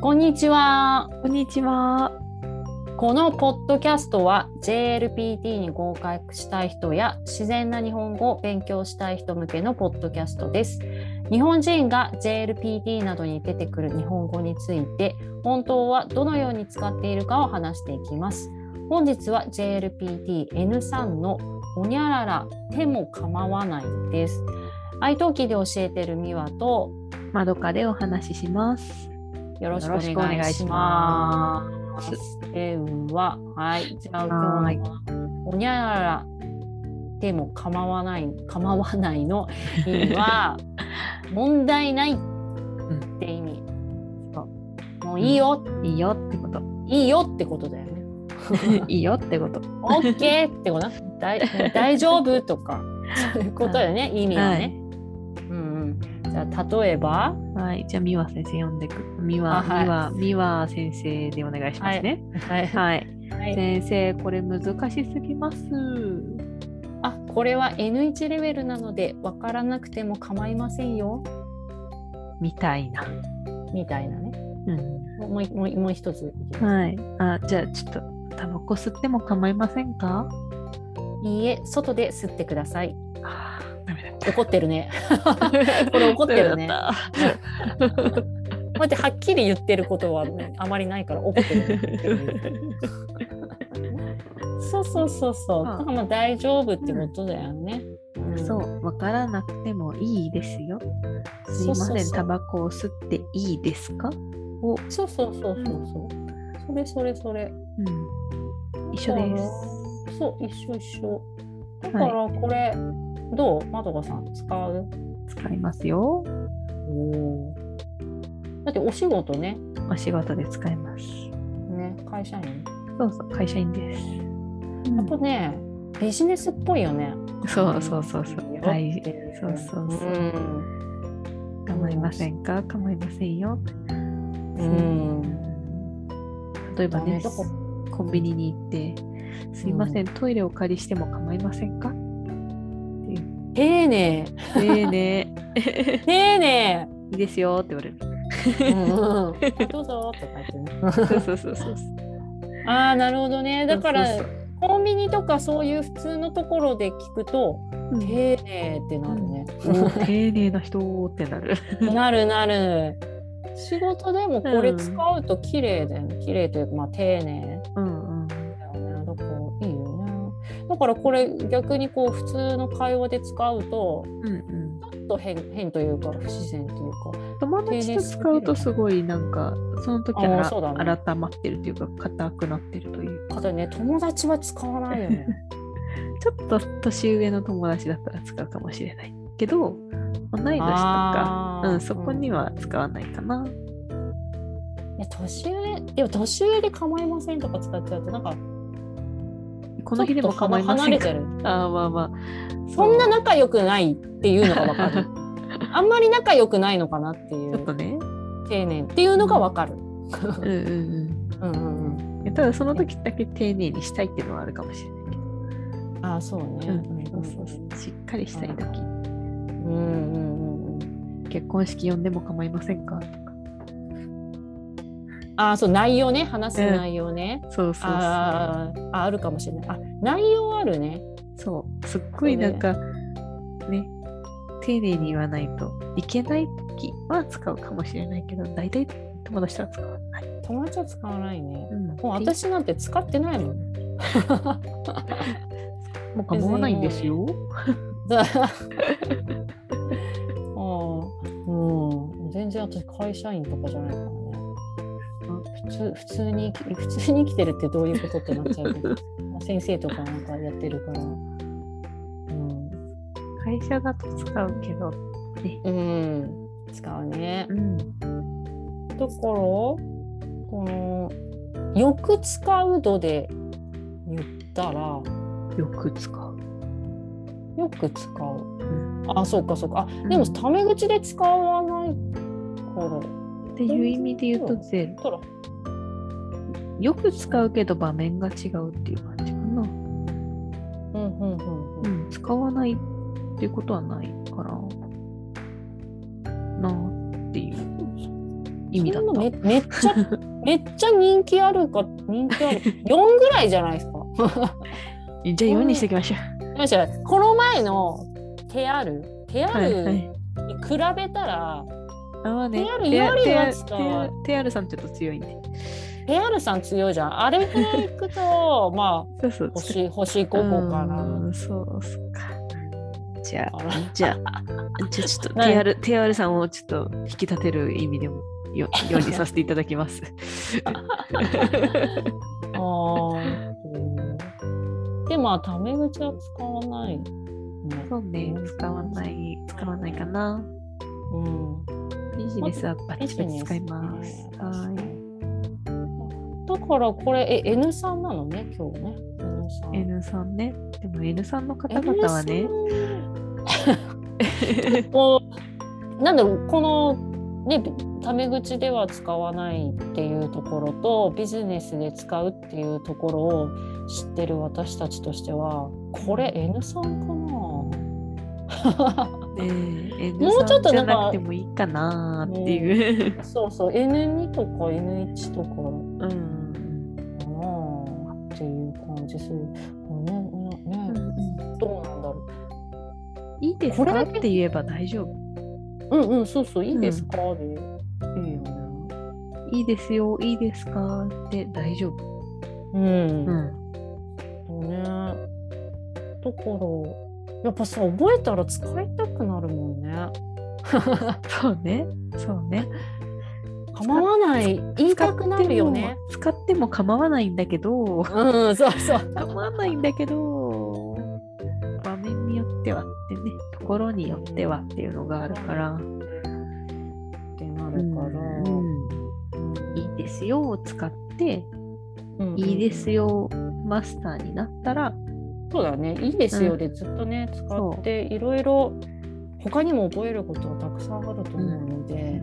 こんにちは。 こんにちは。 このポッドキャストは JLPT に合格したい人や自然な日本語を勉強したい人向けのポッドキャストです。日本人が JLPT などに出てくる日本語について本当はどのように使っているかを話していきます。本日は JLPT N3 のほにゃらら手も構わないです。愛登記で教えているミワとまどかでお話しします。 よろしくお願いします。では、はい、じゃあ今日はほにゃららでも構わないの意味は問題ないって意味。もういいよ、 いいよってこと。 いいよってことだよね。 いいよってこと。 オッケーってこと大丈夫とかそういうことだよね、意味はね。じゃあ例えば、 はい、じゃあみわ先生読んでく。みわ先生でお願いしますね。はい。先生、これ難しすぎます。 これは N1 レベルなので分からなくても構いませんよ。みたいなね。もう一ついきます。 はい。じゃあちょっとタバコ吸っても構いませんか？ いいえ、外で吸ってください。怒ってるね。これ怒ってるね。こうやってはっきり言ってることは、ね、あまりないから怒ってる、ね。そう。だからまあ大丈夫ってことだよね。 そう、わからなくてもいいですよ。すいません、タバコを吸っていいですか？そう。 それ。 一緒です。 そう、一緒。だからこれ、どう？まどかさん使いますよ。 だってお仕事ね。 お仕事で使います。 ね、会社員。 そう、会社員です。 やっぱね、ビジネスっぽいよね。 そう。はい。そう。構いませんか？構いませんよ。例えばね、コンビニに行って、すいません、トイレをお借りしても構いませんか？ 丁寧いいですよって言われる。 どうぞって書いてる。 そう。 なるほどね。だからコンビニとかそういう普通のところで聞くと、丁寧ってなるね。 丁寧な人ってなる。 なる。仕事でもこれ使うと綺麗だよね。綺麗というか、まあ丁寧。だからこれ逆にこう普通の会話で使うと、ちょっと変というか不自然というか、 友達と使うとすごいなんかその時は改まってるというか硬くなってるというかね。友達は使わないよね。 ちょっと年上の友達だったら使うかもしれないけど、同い年とか、そこには使わないかな。 年上で構いませんとか使っちゃうとなんかこの日でも構いませんか？ そんな仲良くないっていうのが分かる。あんまり仲良くないのかなっていう。 ちょっとね。 丁寧っていうのが分かる。 ただその時だけ丁寧にしたいっていうのはあるかもしれないけど。 そうね。 しっかりしたい時。結婚式呼んでも構いませんか？とか。 そう、内容ね、話す内容ね。 そう。 あるかもしれない。内容あるね。 そう、すっごいなんかね、丁寧に言わないといけない時は使うかもしれないけど、大体友達とは使わない。 友達は使わないね。もう私なんて使ってないもん。 もう構わないんですよ。 全然私会社員とかじゃないからね。普通に生きてるってどういうことってなっちゃうけど先生とかなんかやってるから、 会社だと使うけどね。使うね。だからこのよく使う度で言ったらよく使う。 そうか。でもタメ口で使わないからっていう意味で言うとゼロ。よく使うけど場面が違うっていう感じかな。使わないっていうことはないからなっていう。 意味だった。 めっちゃ人気ある4ぐらいじゃないですか。 じゃあ4にしていきましょう。 この前のテアルはいはい、 に比べたら、 まあね、 テアルよりはテアルさんちょっと強いんで。 テアルさん強いじゃん。あれぐらいいくとまあそう星5個かな。 そうか。じゃあちょっとテアルさんをちょっと引き立てる意味でも4にさせていただきます。 でまあタメ口は使わない、ね。 そうね、使わないかな。ビジネスはバッチバチ使います。はい。 だからこれN3 なのね今日ね。 N3 ね。でも N3 の方々はね。 なんだろう、このねタメ口では使わないっていうところとビジネスで使うっていうところを知ってる私たちとしてはこれ N3 かな。もうちょっとじゃなくてもいいかなっていう、 そうそう N2 とか N1 とかかなっていう感じするどうなんだろう。いいですかって言えば大丈夫。 そうそう、いいですかでいいよね。 いいですよ、いいですかって大丈夫。 そうね。だからやっぱさ、覚えたら使いたくなるもんね。 そうね。 構わない、言いたくなるよね。 使っても構わないんだけど、 そう構わないんだけど、場面によってはってね、ところによってはっていうのがあるから。 ってなるから、 いいですよを使って、いいですよマスターになったら、 そうだね、いいですよでずっとね、使っていろいろ他にも覚えることはたくさんあると思うので、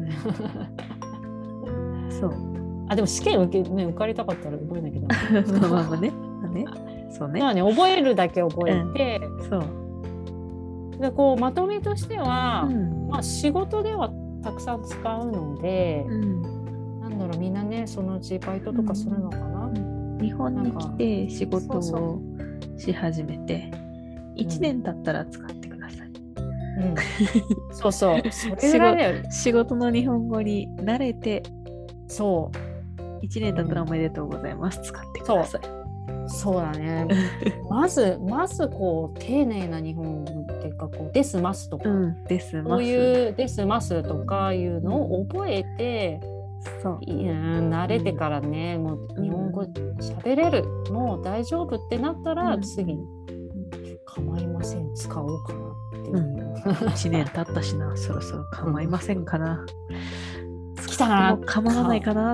でも試験受かりたかったら覚えなきゃダメ。 まあね。そうね。 まあね、覚えるだけ覚えて、 そうでこうまとめとしては、まあ仕事ではたくさん使うので、なんだろう、みんなねそのうちバイトとかするのかな。 日本に来て仕事をし始めて1年経ったら使ってください。 そうそれぐらいだよ。 仕事の日本語に慣れて、 そう 1年経ったらおめでとうございます、使ってください。 そうだね。まずこう丁寧な日本語っていうか、こうですますとか、そういうですますとかいうのを覚えて、慣れてからね、もう日本語喋れる、もう大丈夫ってなったら、次構いません、使おうかなっていう。 1年経ったしな、そろそろ構いませんかな。 来たな、 構わないかな。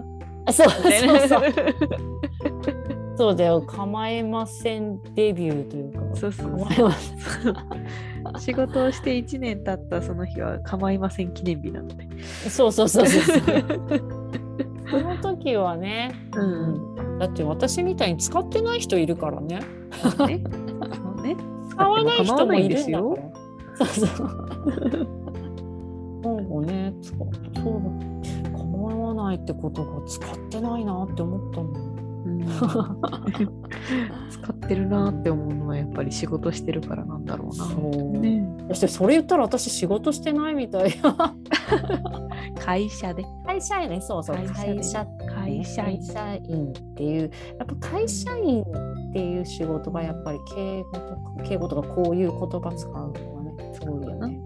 そうだよ、構いませんデビューというか、構いません。 仕事をして1年経ったその日は構いません記念日なので。 そう。その時はね、だって私みたいに使ってない人いるからね。 そうね。 使わない人もいるんだから。そうね、構わないってことが使ってないなって思ったもん。 使ってるなって思うのはやっぱり仕事してるからなんだろうな。 そしてそれ言ったら私仕事してないみたい。 会社で。 会社員ね、そう会社員っていう、やっぱ会社員っていう仕事がやっぱり敬語とかこういう言葉使うのがね、すごいよね。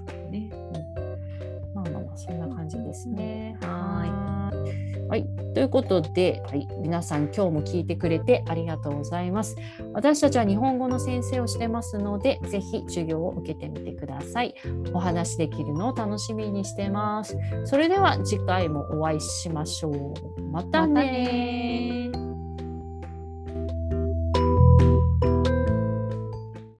まあそんな感じですね。はい、ということで、皆さん今日も聞いてくれてありがとうございます。私たちは日本語の先生をしてますので、ぜひ授業を受けてみてください。お話できるのを楽しみにしてます。それでは次回もお会いしましょう。またね。